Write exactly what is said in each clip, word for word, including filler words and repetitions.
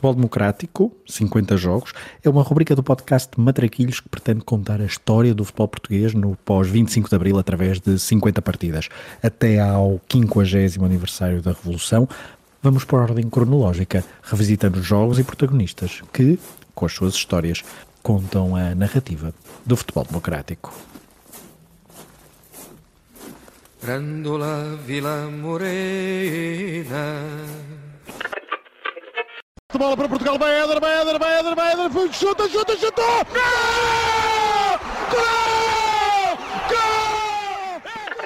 Futebol Democrático, cinquenta jogos, é uma rubrica do podcast Matraquilhos que pretende contar a história do futebol português no pós vinte e cinco de Abril através de cinquenta partidas. Até ao quinquagésimo aniversário da Revolução, vamos por ordem cronológica, revisitando jogos e protagonistas que, com as suas histórias, contam a narrativa do futebol democrático. Grândola Vila Morena. Bola para Portugal, vai Éder, vai Éder, vai Éder, vai Éder, chuta, chuta, chutou! Gol! Gol! Gol!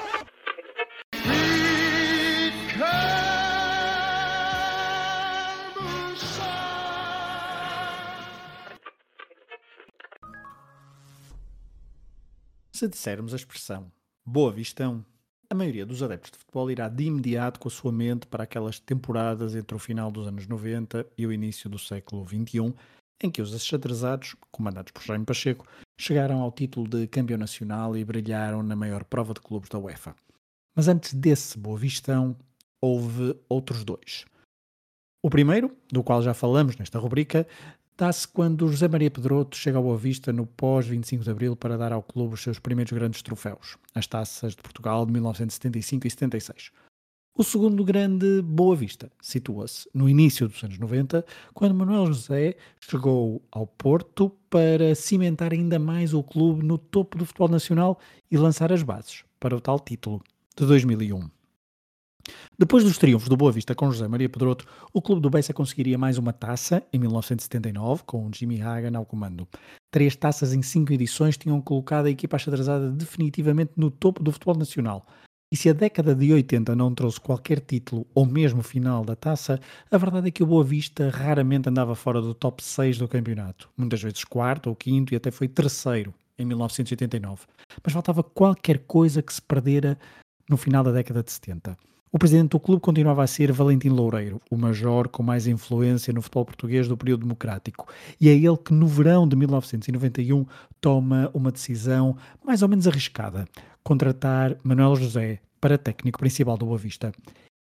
Se dissermos a expressão Boa Vistão, a maioria dos adeptos de futebol irá de imediato com a sua mente para aquelas temporadas entre o final dos anos noventa e o início do século vinte e um, em que os achadrezados, comandados por Jaime Pacheco, chegaram ao título de campeão nacional e brilharam na maior prova de clubes da UEFA. Mas antes desse Boa Vistão, houve outros dois. O primeiro, do qual já falamos nesta rubrica, dá-se quando José Maria Pedroto chega ao Boa Vista no pós vinte e cinco de Abril para dar ao clube os seus primeiros grandes troféus, as Taças de Portugal de mil novecentos e setenta e cinco e setenta e seis. O segundo grande Boa Vista situa-se no início dos anos noventa, quando Manuel José chegou ao Porto para cimentar ainda mais o clube no topo do futebol nacional e lançar as bases para o tal título de dois mil e um. Depois dos triunfos do Boa Vista com José Maria Pedroto, o clube do Bessa conseguiria mais uma taça em mil novecentos e setenta e nove, com Jimmy Hagan ao comando. Três taças em cinco edições tinham colocado a equipa achadrezada definitivamente no topo do futebol nacional. E se a década de oitenta não trouxe qualquer título ou mesmo final da taça, a verdade é que o Boa Vista raramente andava fora do top seis do campeonato. Muitas vezes quarto ou quinto e até foi terceiro em mil novecentos e oitenta e nove. Mas faltava qualquer coisa que se perdera no final da década de setenta. O presidente do clube continuava a ser Valentim Loureiro, o major com mais influência no futebol português do período democrático. E é ele que no verão de mil novecentos e noventa e um toma uma decisão mais ou menos arriscada: contratar Manuel José para técnico principal do Boa Vista.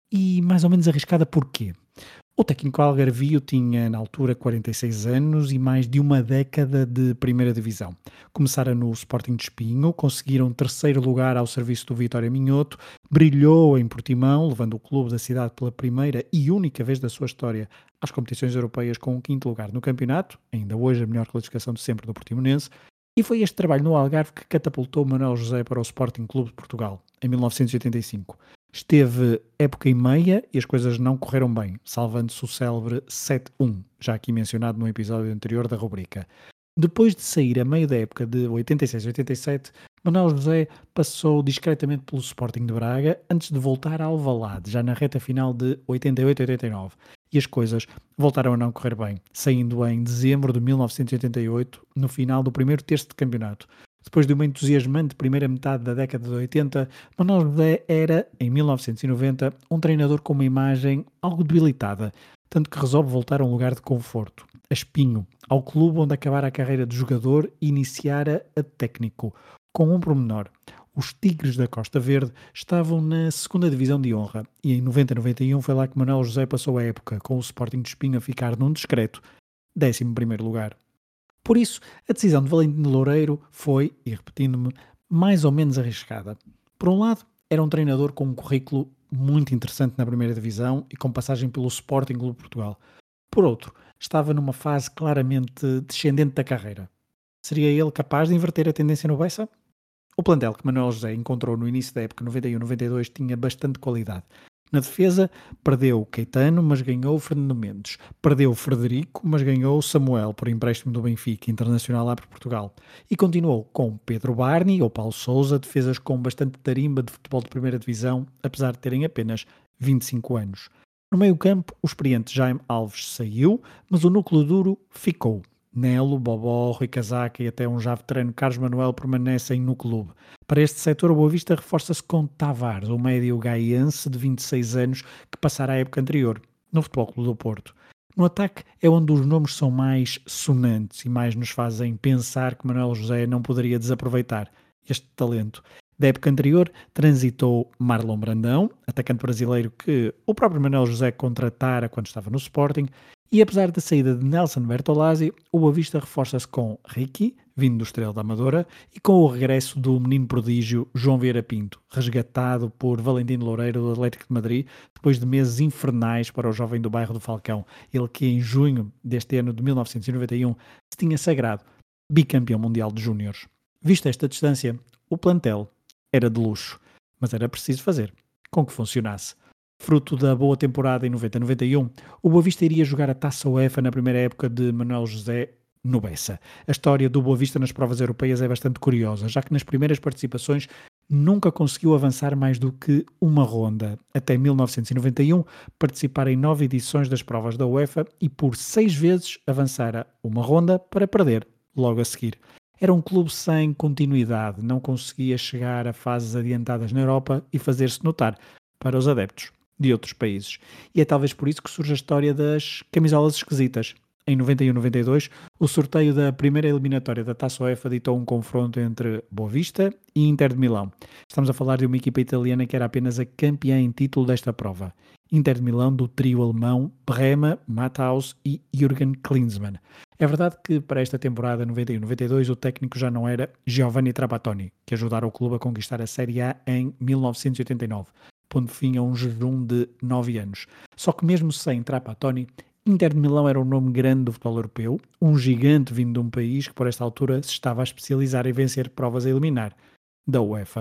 E mais ou menos arriscada porquê? O técnico algarvio tinha na altura quarenta e seis anos e mais de uma década de primeira divisão. Começara no Sporting de Espinho, conseguiram terceiro lugar ao serviço do Vitória Minhoto, brilhou em Portimão, levando o clube da cidade pela primeira e única vez da sua história às competições europeias com um quinto lugar no campeonato, ainda hoje a melhor classificação de sempre do Portimonense, e foi este trabalho no Algarve que catapultou Manuel José para o Sporting Clube de Portugal, em mil novecentos e oitenta e cinco. Esteve época e meia e as coisas não correram bem, salvando-se o célebre sete a um, já aqui mencionado no episódio anterior da rubrica. Depois de sair a meio da época de oitenta e seis a oitenta e sete, Manuel José passou discretamente pelo Sporting de Braga antes de voltar ao Alvalade, já na reta final de oitenta e oito a oitenta e nove. E as coisas voltaram a não correr bem, saindo em dezembro de mil novecentos e oitenta e oito, no final do primeiro terço de campeonato. Depois de uma entusiasmante primeira metade da década de oitenta, Manuel José era, em mil novecentos e noventa, um treinador com uma imagem algo debilitada, tanto que resolve voltar a um lugar de conforto, a Espinho, ao clube onde acabara a carreira de jogador e iniciara a técnico, com um pormenor. Os Tigres da Costa Verde estavam na segunda divisão de honra e em noventa a noventa e um foi lá que Manuel José passou a época, com o Sporting de Espinho a ficar num discreto décimo primeiro lugar. Por isso, a decisão de Valentim Loureiro foi, e repetindo-me, mais ou menos arriscada. Por um lado, era um treinador com um currículo muito interessante na primeira divisão e com passagem pelo Sporting Clube de Portugal. Por outro, estava numa fase claramente descendente da carreira. Seria ele capaz de inverter a tendência no Bessa? O plantel que Manuel José encontrou no início da época noventa e um noventa e dois tinha bastante qualidade. Na defesa, perdeu o Caetano, mas ganhou o Fernando Mendes. Perdeu o Frederico, mas ganhou o Samuel, por empréstimo do Benfica, internacional lá por Portugal. E continuou com Pedro Barney ou Paulo Sousa, defesas com bastante tarimba de futebol de primeira divisão, apesar de terem apenas vinte e cinco anos. No meio-campo, o experiente Jaime Alves saiu, mas o núcleo duro ficou. Nelo, Bobó, Rui Casaca e até um já veterano Carlos Manuel permanecem no clube. Para este setor, o Boa Vista reforça-se com Tavares, o médio gaiense de vinte e seis anos que passara a época anterior no Futebol Clube do Porto. No ataque é onde os nomes são mais sonantes e mais nos fazem pensar que Manuel José não poderia desaproveitar este talento. Da época anterior, transitou Marlon Brandão, atacante brasileiro que o próprio Manuel José contratara quando estava no Sporting, E apesar da saída de Nelson Bertolazzi, o Boa Vista reforça-se com Ricky, vindo do Estrela da Amadora, e com o regresso do menino prodígio João Vieira Pinto, resgatado por Valentino Loureiro do Atlético de Madrid, depois de meses infernais para o jovem do bairro do Falcão, ele que em junho deste ano de mil novecentos e noventa e um se tinha sagrado bicampeão mundial de júniores. Vista esta distância, o plantel era de luxo, mas era preciso fazer com que funcionasse. Fruto da boa temporada em noventa noventa e um, o Boa Vista iria jogar a Taça UEFA na primeira época de Manuel José no Bessa. A história do Boa Vista nas provas europeias é bastante curiosa, já que nas primeiras participações nunca conseguiu avançar mais do que uma ronda. Até mil novecentos e noventa e um, participar em nove edições das provas da UEFA e por seis vezes avançara uma ronda para perder logo a seguir. Era um clube sem continuidade, não conseguia chegar a fases adiantadas na Europa e fazer-se notar para os adeptos de outros países. E é talvez por isso que surge a história das camisolas esquisitas. Em noventa e um noventa e dois, o sorteio da primeira eliminatória da Taça UEFA ditou um confronto entre Boa Vista e Inter de Milão. Estamos a falar de uma equipa italiana que era apenas a campeã em título desta prova. Inter de Milão do trio alemão Brema, Matthaus e Jürgen Klinsmann. É verdade que para esta temporada noventa e um noventa e dois o técnico já não era Giovanni Trapattoni, que ajudaram o clube a conquistar a Série A em mil novecentos e oitenta e nove. Pondo fim a um jejum de nove anos. Só que mesmo sem Trapattoni, Inter de Milão era um nome grande do futebol europeu, um gigante vindo de um país que por esta altura se estava a especializar em vencer provas a eliminar da UEFA.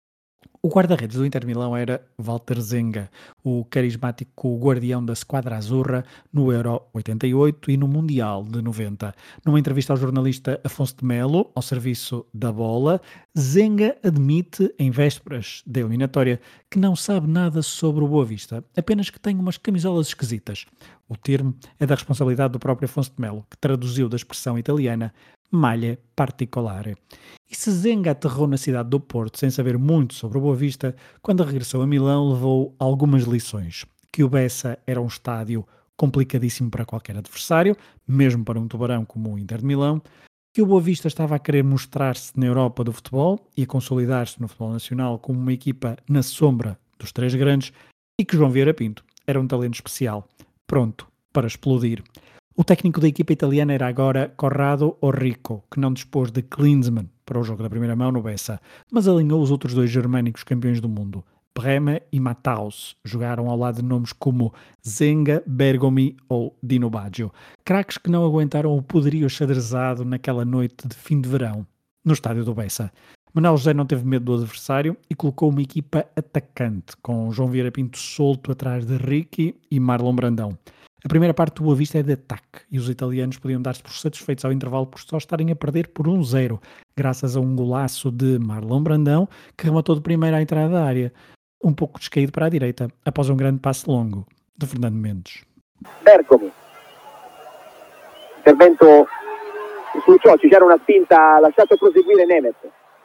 O guarda-redes do Inter de Milão era Walter Zenga, o carismático guardião da Squadra Azzurra no Euro oitenta e oito e no Mundial de noventa. Numa entrevista ao jornalista Afonso de Melo, ao serviço da Bola, Zenga admite, em vésperas da eliminatória, que não sabe nada sobre o Boa Vista, apenas que tem umas camisolas esquisitas. O termo é da responsabilidade do próprio Afonso de Melo, que traduziu da expressão italiana maglia particolare. E se Zenga aterrou na cidade do Porto sem saber muito sobre o Boa Vista, quando regressou a Milão levou algumas lições. Que o Bessa era um estádio complicadíssimo para qualquer adversário, mesmo para um tubarão como o Inter de Milão, que o Boa Vista estava a querer mostrar-se na Europa do futebol e a consolidar-se no futebol nacional como uma equipa na sombra dos três grandes e que João Vieira Pinto era um talento especial, pronto para explodir. O técnico da equipa italiana era agora Corrado Orrico, que não dispôs de Klinsmann para o jogo da primeira mão no Bessa, mas alinhou os outros dois germânicos campeões do mundo. Brema e Matthaus jogaram ao lado de nomes como Zenga, Bergomi ou Dino Baggio, craques que não aguentaram o poderio xadrezado naquela noite de fim de verão, no estádio do Bessa. Manuel José não teve medo do adversário e colocou uma equipa atacante, com João Vieira Pinto solto atrás de Ricky e Marlon Brandão. A primeira parte do Boa Vista é de ataque e os italianos podiam dar-se por satisfeitos ao intervalo por só estarem a perder por um zero, graças a um golaço de Marlon Brandão, que rematou de primeira à entrada da área, um pouco descaído para a direita, após um grande passe longo de Fernando Mendes. Bergomi, intervento sul Ciocci, c'era una spinta, lasciato proseguire Nemeth.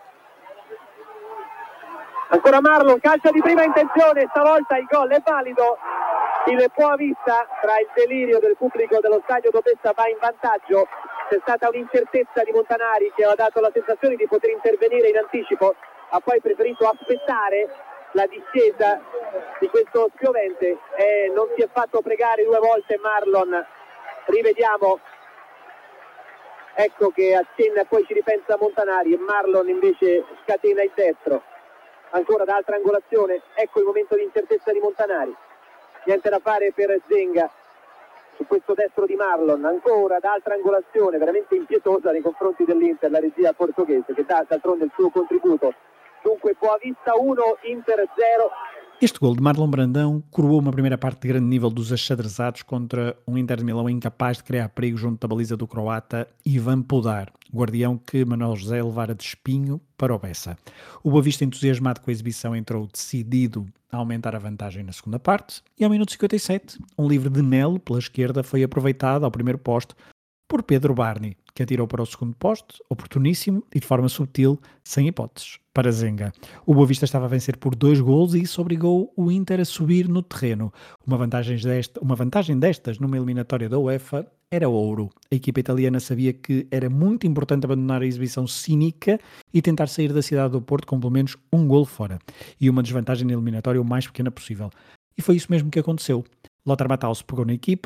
Ancora Marlon, calcio di prima intenzione, stavolta il gol è valido. Il Boa Vista, tra il delirio del pubblico dello stadio Dopessa, va in vantaggio. C'è stata un'incertezza di Montanari che aveva dato la sensazione di poter intervenire in anticipo, ha poi preferito aspettare la discesa di questo spiovente e non si è fatto pregare due volte Marlon. Rivediamo, ecco che accenna e poi ci ripensa Montanari e Marlon invece scatena il destro. Ancora da altra angolazione, ecco il momento di incertezza di Montanari. Niente da fare per Zenga su questo destro di Marlon, ancora da altra angolazione veramente impietosa nei confronti dell'Inter, la regia portoghese che dà d'altronde il suo contributo. Dunque Boa Vista uno, Inter zero. Este gol de Marlon Brandão coroou uma primeira parte de grande nível dos achadrezados contra um Inter de Milão incapaz de criar perigo junto da baliza do croata Ivan Podar, guardião que Manuel José levara de espinho para o Bessa. O Boa Vista, entusiasmado com a exibição, entrou decidido a aumentar a vantagem na segunda parte e ao minuto cinquenta e sete, um livre de Nel pela esquerda foi aproveitado ao primeiro posto por Pedro Barni, que atirou para o segundo posto, oportuníssimo e de forma subtil, sem hipóteses, para Zenga. O Boa Vista estava a vencer por dois golos e isso obrigou o Inter a subir no terreno. Uma vantagem, desta, uma vantagem destas numa eliminatória da UEFA era ouro. A equipa italiana sabia que era muito importante abandonar a exibição cínica e tentar sair da cidade do Porto com pelo menos um golo fora. E uma desvantagem na eliminatória o mais pequena possível. E foi isso mesmo que aconteceu. Lothar Matthaus pegou na equipa,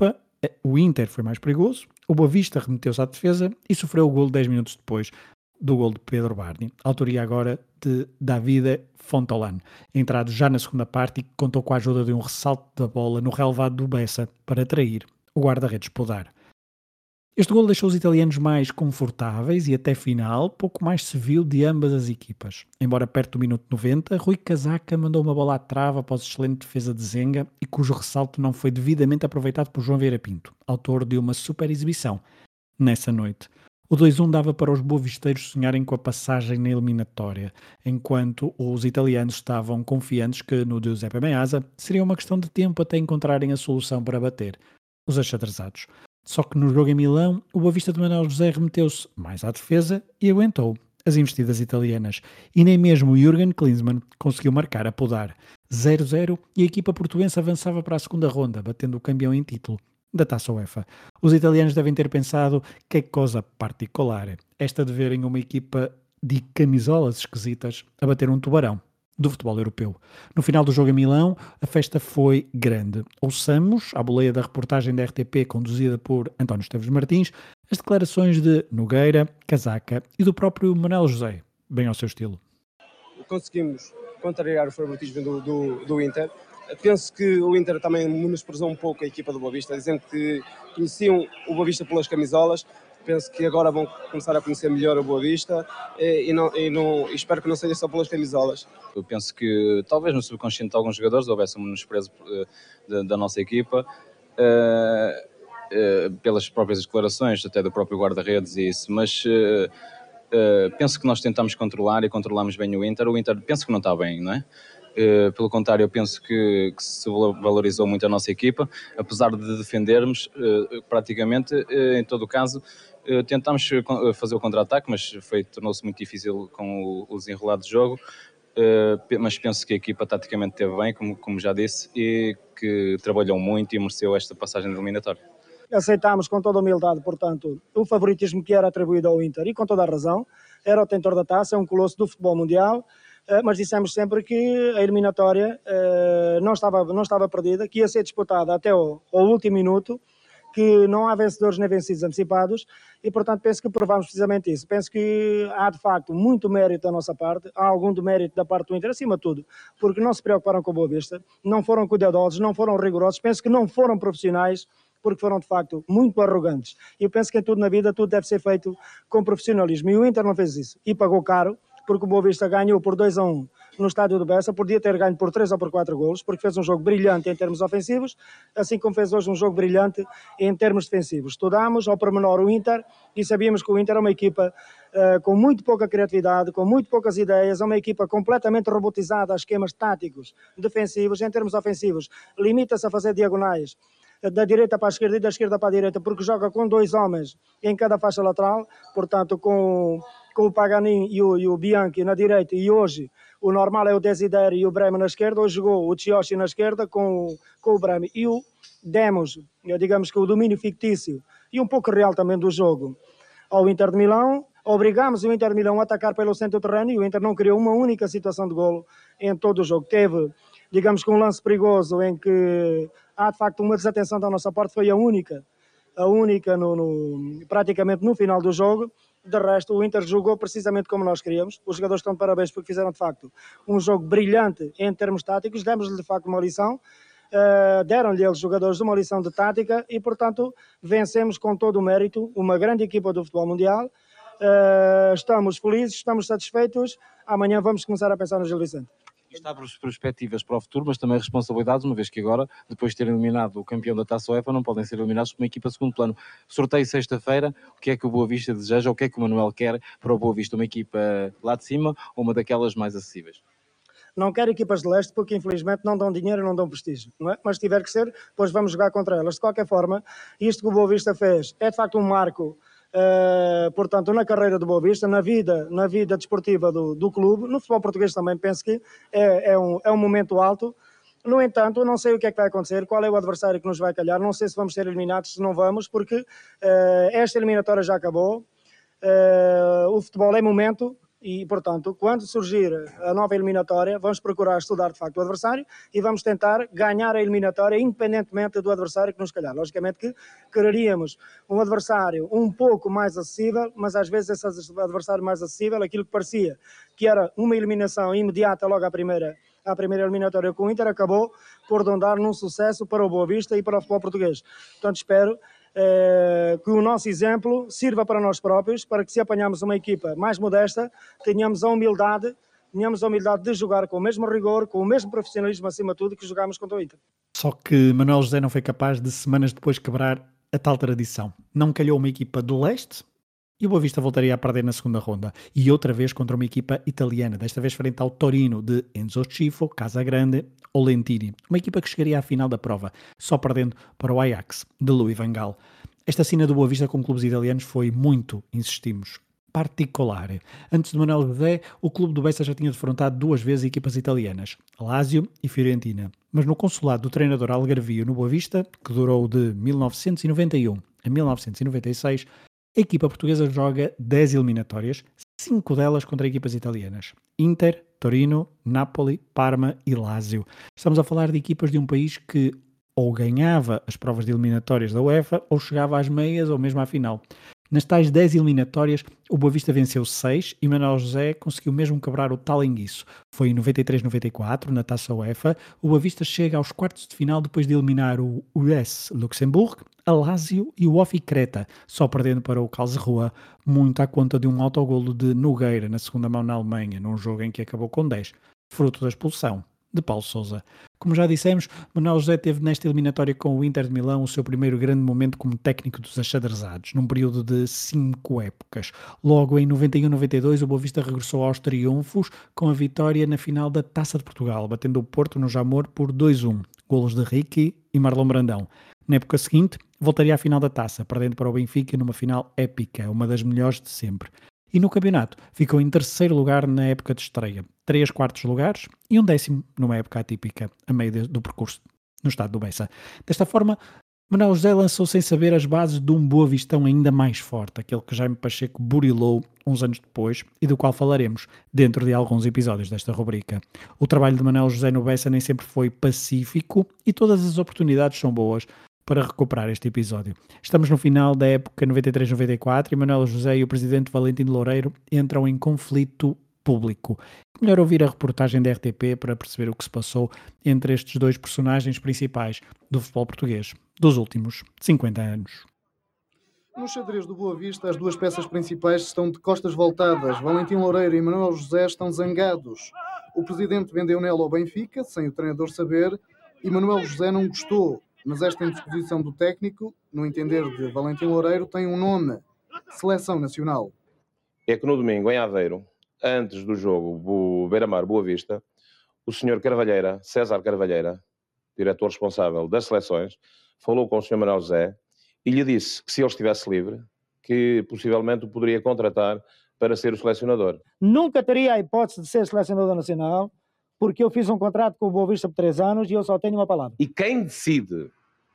O Inter foi mais perigoso, o Boa Vista remeteu-se à defesa e sofreu o golo dez minutos depois do golo de Pedro Bardi, autoria agora de Davide Fontolano, entrado já na segunda parte e contou com a ajuda de um ressalto da bola no relevado do Bessa para atrair o guarda-redes Podar. Este golo deixou os italianos mais confortáveis e até final pouco mais se viu de ambas as equipas. Embora perto do minuto noventa, Rui Casaca mandou uma bola à trave após excelente defesa de Zenga e cujo ressalto não foi devidamente aproveitado por João Vieira Pinto, autor de uma super exibição nessa noite. O dois a um dava para os boavisteiros sonharem com a passagem na eliminatória, enquanto os italianos estavam confiantes que no Giuseppe Meazza seria uma questão de tempo até encontrarem a solução para bater os achadrezados. Só que no jogo em Milão, o Boa Vista de Manuel José remeteu-se mais à defesa e aguentou as investidas italianas. E nem mesmo o Jürgen Klinsmann conseguiu marcar a Podar. zero a zero e a equipa portuguesa avançava para a segunda ronda, batendo o campeão em título da Taça UEFA. Os italianos devem ter pensado que coisa particular esta de verem uma equipa de camisolas esquisitas a bater um tubarão do futebol europeu. No final do jogo em Milão, a festa foi grande. Ouçamos, à boleia da reportagem da R T P conduzida por António Esteves Martins, as declarações de Nogueira, Casaca e do próprio Manuel José, bem ao seu estilo. Conseguimos contrariar o favoritismo do, do, do Inter. Penso que o Inter também menosprezou um pouco a equipa do Boa Vista, dizendo que conheciam o Boa Vista pelas camisolas. Penso que agora vão começar a conhecer melhor o Boa Vista e, não, e, não, e espero que não seja só pelas camisolas. Eu penso que talvez no subconsciente de alguns jogadores houvesse um menosprezo uh, da, da nossa equipa, uh, uh, pelas próprias declarações, até do próprio guarda-redes e isso, mas uh, uh, penso que nós tentamos controlar e controlamos bem o Inter. O Inter penso que não está bem, não é? Uh, pelo contrário, eu penso que, que se valorizou muito a nossa equipa, apesar de defendermos uh, praticamente, uh, em todo o caso, uh, tentámos fazer o contra-ataque, mas foi, tornou-se muito difícil com o, o desenrolar do jogo, uh, mas penso que a equipa taticamente esteve bem, como, como já disse, e que trabalhou muito e mereceu esta passagem eliminatória. Aceitámos com toda a humildade, portanto, o favoritismo que era atribuído ao Inter, e com toda a razão, era o detentor da taça, é um colosso do futebol mundial, mas dissemos sempre que a eliminatória uh, não, estava, não estava perdida, que ia ser disputada até o, o último minuto, que não há vencedores nem vencidos antecipados e, portanto, penso que provámos precisamente isso. Penso que há, de facto, muito mérito da nossa parte, há algum do mérito da parte do Inter, acima de tudo, porque não se preocuparam com a Boa Vista, não foram cuidadosos, não foram rigorosos, penso que não foram profissionais, porque foram, de facto, muito arrogantes. E eu penso que em tudo na vida, tudo deve ser feito com profissionalismo. E o Inter não fez isso. E pagou caro, porque o Boa Vista ganhou por dois a um no estádio do Bessa, podia ter ganho por três ou por quatro golos, porque fez um jogo brilhante em termos ofensivos, assim como fez hoje um jogo brilhante em termos defensivos. Estudámos ao pormenor o Inter e sabíamos que o Inter é uma equipa uh, com muito pouca criatividade, com muito poucas ideias, é uma equipa completamente robotizada a esquemas táticos defensivos. Em termos ofensivos, limita-se a fazer diagonais da direita para a esquerda e da esquerda para a direita, porque joga com dois homens em cada faixa lateral, portanto com, com o Paganin e o, e o Bianchi na direita, e hoje o normal é o Desideri e o Breme na esquerda, hoje jogou o Tioshi na esquerda com, com o Breme, e o demos, digamos que o domínio fictício e um pouco real também do jogo ao Inter de Milão, obrigámos o Inter de Milão a atacar pelo centro do terreno e o Inter não criou uma única situação de golo em todo o jogo. Teve, digamos que um lance perigoso em que há de facto uma desatenção da nossa parte, foi a única, a única no, no, praticamente no final do jogo. De resto, o Inter jogou precisamente como nós queríamos. Os jogadores estão de parabéns porque fizeram de facto um jogo brilhante em termos táticos, demos-lhe de facto uma lição, uh, deram-lhe eles jogadores uma lição de tática e portanto vencemos com todo o mérito uma grande equipa do futebol mundial. Uh, estamos felizes, estamos satisfeitos, amanhã vamos começar a pensar no Gil Vicente. Isto abre perspectivas para o futuro, mas também responsabilidades, uma vez que agora, depois de terem eliminado o campeão da Taça UEFA, não podem ser eliminados por uma equipa de segundo plano. Sorteio sexta-feira, o que é que o Boa Vista deseja, o que é que o Manuel quer para o Boa Vista? Uma equipa lá de cima ou uma daquelas mais acessíveis? Não quero equipas de leste porque infelizmente não dão dinheiro e não dão prestígio, não é? Mas se tiver que ser, depois vamos jogar contra elas. De qualquer forma, isto que o Boa Vista fez é de facto um marco, Uh, portanto, na carreira do Boa Vista, na vida, na vida desportiva do, do clube, no futebol português também penso que é, é, um, é um momento alto. No entanto, não sei o que é que vai acontecer, qual é o adversário que nos vai calhar, não sei se vamos ser eliminados, se não vamos, porque uh, esta eliminatória já acabou, uh, o futebol é momento E, portanto, quando surgir a nova eliminatória, vamos procurar estudar de facto o adversário e vamos tentar ganhar a eliminatória independentemente do adversário que nos calhar. Logicamente que quereríamos um adversário um pouco mais acessível, mas às vezes esse adversário mais acessível, aquilo que parecia que era uma eliminação imediata logo à primeira, à primeira eliminatória com o Inter, acabou por redundar num sucesso para o Boa Vista e para o futebol português. Portanto, espero Eh, que o nosso exemplo sirva para nós próprios, para que se apanharmos uma equipa mais modesta, tenhamos a humildade, tenhamos a humildade de jogar com o mesmo rigor, com o mesmo profissionalismo acima de tudo que jogámos contra o Inter. Só que Manuel José não foi capaz de semanas depois quebrar a tal tradição. Não calhou uma equipa do leste e o Boa Vista voltaria a perder na segunda ronda. E outra vez contra uma equipa italiana, desta vez frente ao Torino de Enzo Schifo, Casagrande ou Lentini. Uma equipa que chegaria à final da prova, só perdendo para o Ajax, de Louis van Gaal. Esta cena do Boa Vista com clubes italianos foi muito, insistimos, particular. Antes de Manuel José, o clube do Bessa já tinha defrontado duas vezes equipas italianas, Lazio e Fiorentina. Mas no consulado do treinador algarvio no Boa Vista, que durou de mil novecentos e noventa e um a mil novecentos e noventa e seis, a equipa portuguesa joga dez eliminatórias, cinco delas contra equipas italianas. Inter, Torino, Napoli, Parma e Lazio. Estamos a falar de equipas de um país que ou ganhava as provas de eliminatórias da UEFA ou chegava às meias ou mesmo à final. Nas tais dez eliminatórias, o Boa Vista venceu seis e Manuel José conseguiu mesmo quebrar o talenguiço. Foi em noventa e três noventa e quatro, na Taça UEFA. O Boa Vista chega aos quartos de final depois de eliminar o U S Luxemburgo, a Lazio e o Ofi Creta, só perdendo para o Karlsruhe, muito à conta de um autogolo de Nogueira na segunda mão na Alemanha, num jogo em que acabou com dez, fruto da expulsão de Paulo Sousa. Como já dissemos, Manuel José teve nesta eliminatória com o Inter de Milão o seu primeiro grande momento como técnico dos achadrezados, num período de cinco épocas. Logo em noventa e um noventa e dois, o Boa Vista regressou aos triunfos com a vitória na final da Taça de Portugal, batendo o Porto no Jamor por dois a um, golos de Ricky e Marlon Brandão. Na época seguinte, voltaria à final da Taça, perdendo para o Benfica numa final épica, uma das melhores de sempre. E no campeonato ficou em terceiro lugar na época de estreia, três quartos lugares e um décimo numa época atípica, a meio de, do percurso no estado do Bessa. Desta forma, Manuel José lançou sem saber as bases de um Boa Vistão ainda mais forte, aquele que Jaime Pacheco burilou uns anos depois e do qual falaremos dentro de alguns episódios desta rubrica. O trabalho de Manuel José no Bessa nem sempre foi pacífico e todas as oportunidades são boas para recuperar este episódio. Estamos no final da época noventa e três noventa e quatro e Manuel José e o presidente Valentino Loureiro entram em conflito público. Melhor ouvir a reportagem da R T P para perceber o que se passou entre estes dois personagens principais do futebol português dos últimos cinquenta anos. No xadrez do Boa Vista, as duas peças principais estão de costas voltadas. Valentino Loureiro e Manuel José estão zangados. O presidente vendeu nela ao Benfica, sem o treinador saber, e Manuel José não gostou. Mas esta indisposição do técnico, no entender de Valentino Loureiro, tem um nome: Seleção Nacional. É que no domingo, em Aveiro, antes do jogo do Beira-Mar Boa Vista, o senhor Carvalheira, César Carvalheira, diretor responsável das seleções, falou com o senhor Manuel José e lhe disse que se ele estivesse livre, que possivelmente o poderia contratar para ser o selecionador. Nunca teria a hipótese de ser selecionador nacional, porque eu fiz um contrato com o Boa Vista por três anos e eu só tenho uma palavra. E quem decide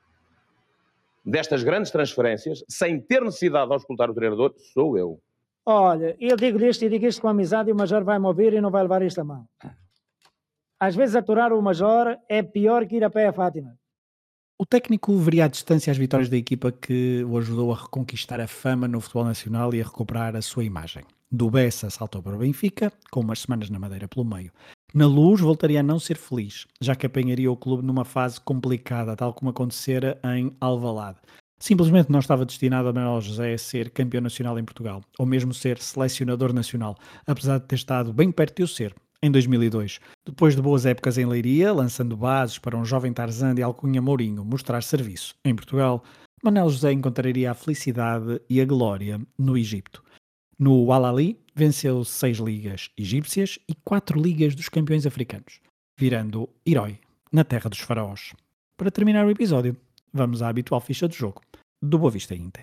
destas grandes transferências, sem ter necessidade de auscultar o treinador, sou eu. Olha, eu digo isto e digo isto com amizade e o Major vai-me ouvir e não vai levar isto a mão. Às vezes aturar o Major é pior que ir a pé a Fátima. O técnico veria à distância as vitórias da equipa que o ajudou a reconquistar a fama no futebol nacional e a recuperar a sua imagem. Do Bessa saltou para o Benfica, com umas semanas na Madeira pelo meio. Na Luz voltaria a não ser feliz, já que apanharia o clube numa fase complicada, tal como acontecera em Alvalade. Simplesmente não estava destinado a Manuel José a ser campeão nacional em Portugal, ou mesmo ser selecionador nacional, apesar de ter estado bem perto de o ser, em dois mil e dois. Depois de boas épocas em Leiria, lançando bases para um jovem Tarzan de Alcunha Mourinho mostrar serviço em Portugal, Manuel José encontraria a felicidade e a glória no Egito. No Al-Ahly, venceu seis ligas egípcias e quatro ligas dos campeões africanos, virando herói na terra dos faraós. Para terminar o episódio, vamos à habitual ficha de jogo do Boa Vista Inter.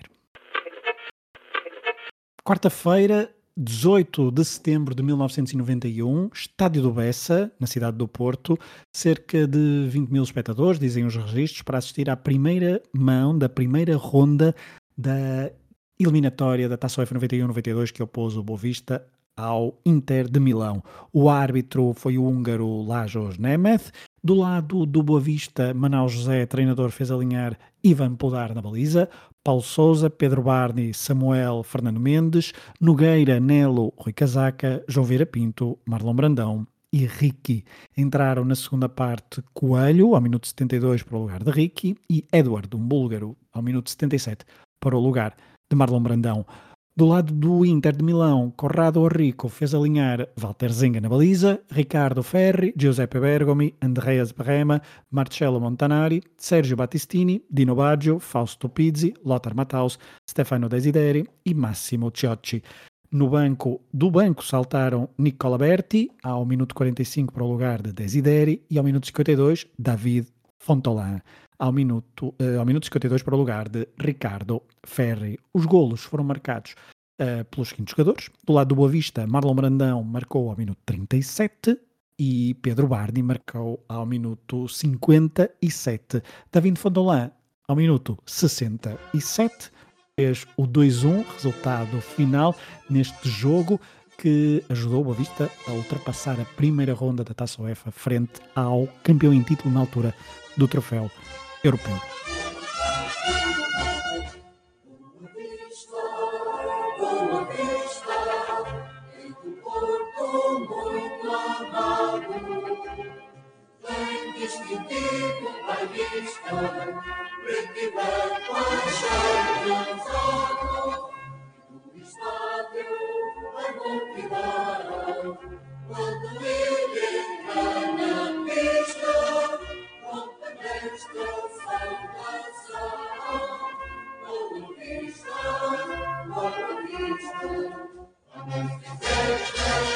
Quarta-feira, dezoito de setembro de mil novecentos e noventa e um, Estádio do Bessa, na cidade do Porto, cerca de vinte mil espectadores, dizem os registros, para assistir à primeira mão da primeira ronda da eliminatória da Taça UEFA noventa e um noventa e dois que opôs o Boa Vista ao Inter de Milão. O árbitro foi o húngaro Lajos Nemeth. Do lado do Boa Vista, Manuel José, treinador, fez alinhar Ivan Podar na baliza, Paulo Sousa, Pedro Barni, Samuel, Fernando Mendes, Nogueira, Nelo, Rui Casaca, João Vieira Pinto, Marlon Brandão e Ricky. Entraram na segunda parte Coelho, ao minuto setenta e dois, para o lugar de Ricky, e Edward, um búlgaro, ao minuto setenta e sete, para o lugar de Marlon Brandão. Do lado do Inter de Milão, Corrado Orrico fez alinhar Walter Zenga na baliza, Ricardo Ferri, Giuseppe Bergomi, Andreas Brema, Marcello Montanari, Sergio Battistini, Dino Baggio, Fausto Pizzi, Lothar Matthaus, Stefano Desideri e Massimo Ciocci. No banco, do banco saltaram Nicola Berti, ao minuto quarenta e cinco, para o lugar de Desideri, e ao minuto cinquenta e dois, David Fontolan, ao minuto, uh, ao minuto cinquenta e dois, para o lugar de Ricardo Ferri. Os golos foram marcados uh, pelos seguintes jogadores. Do lado do Boa Vista, Marlon Brandão marcou ao minuto trinta e sete e Pedro Bardi marcou ao minuto cinquenta e sete. David Fontolan ao minuto sessenta e sete. Fez o dois a um, resultado final neste jogo que ajudou o Boa Vista a ultrapassar a primeira ronda da Taça UEFA frente ao campeão em título na altura do troféu europeu. Boa Vista,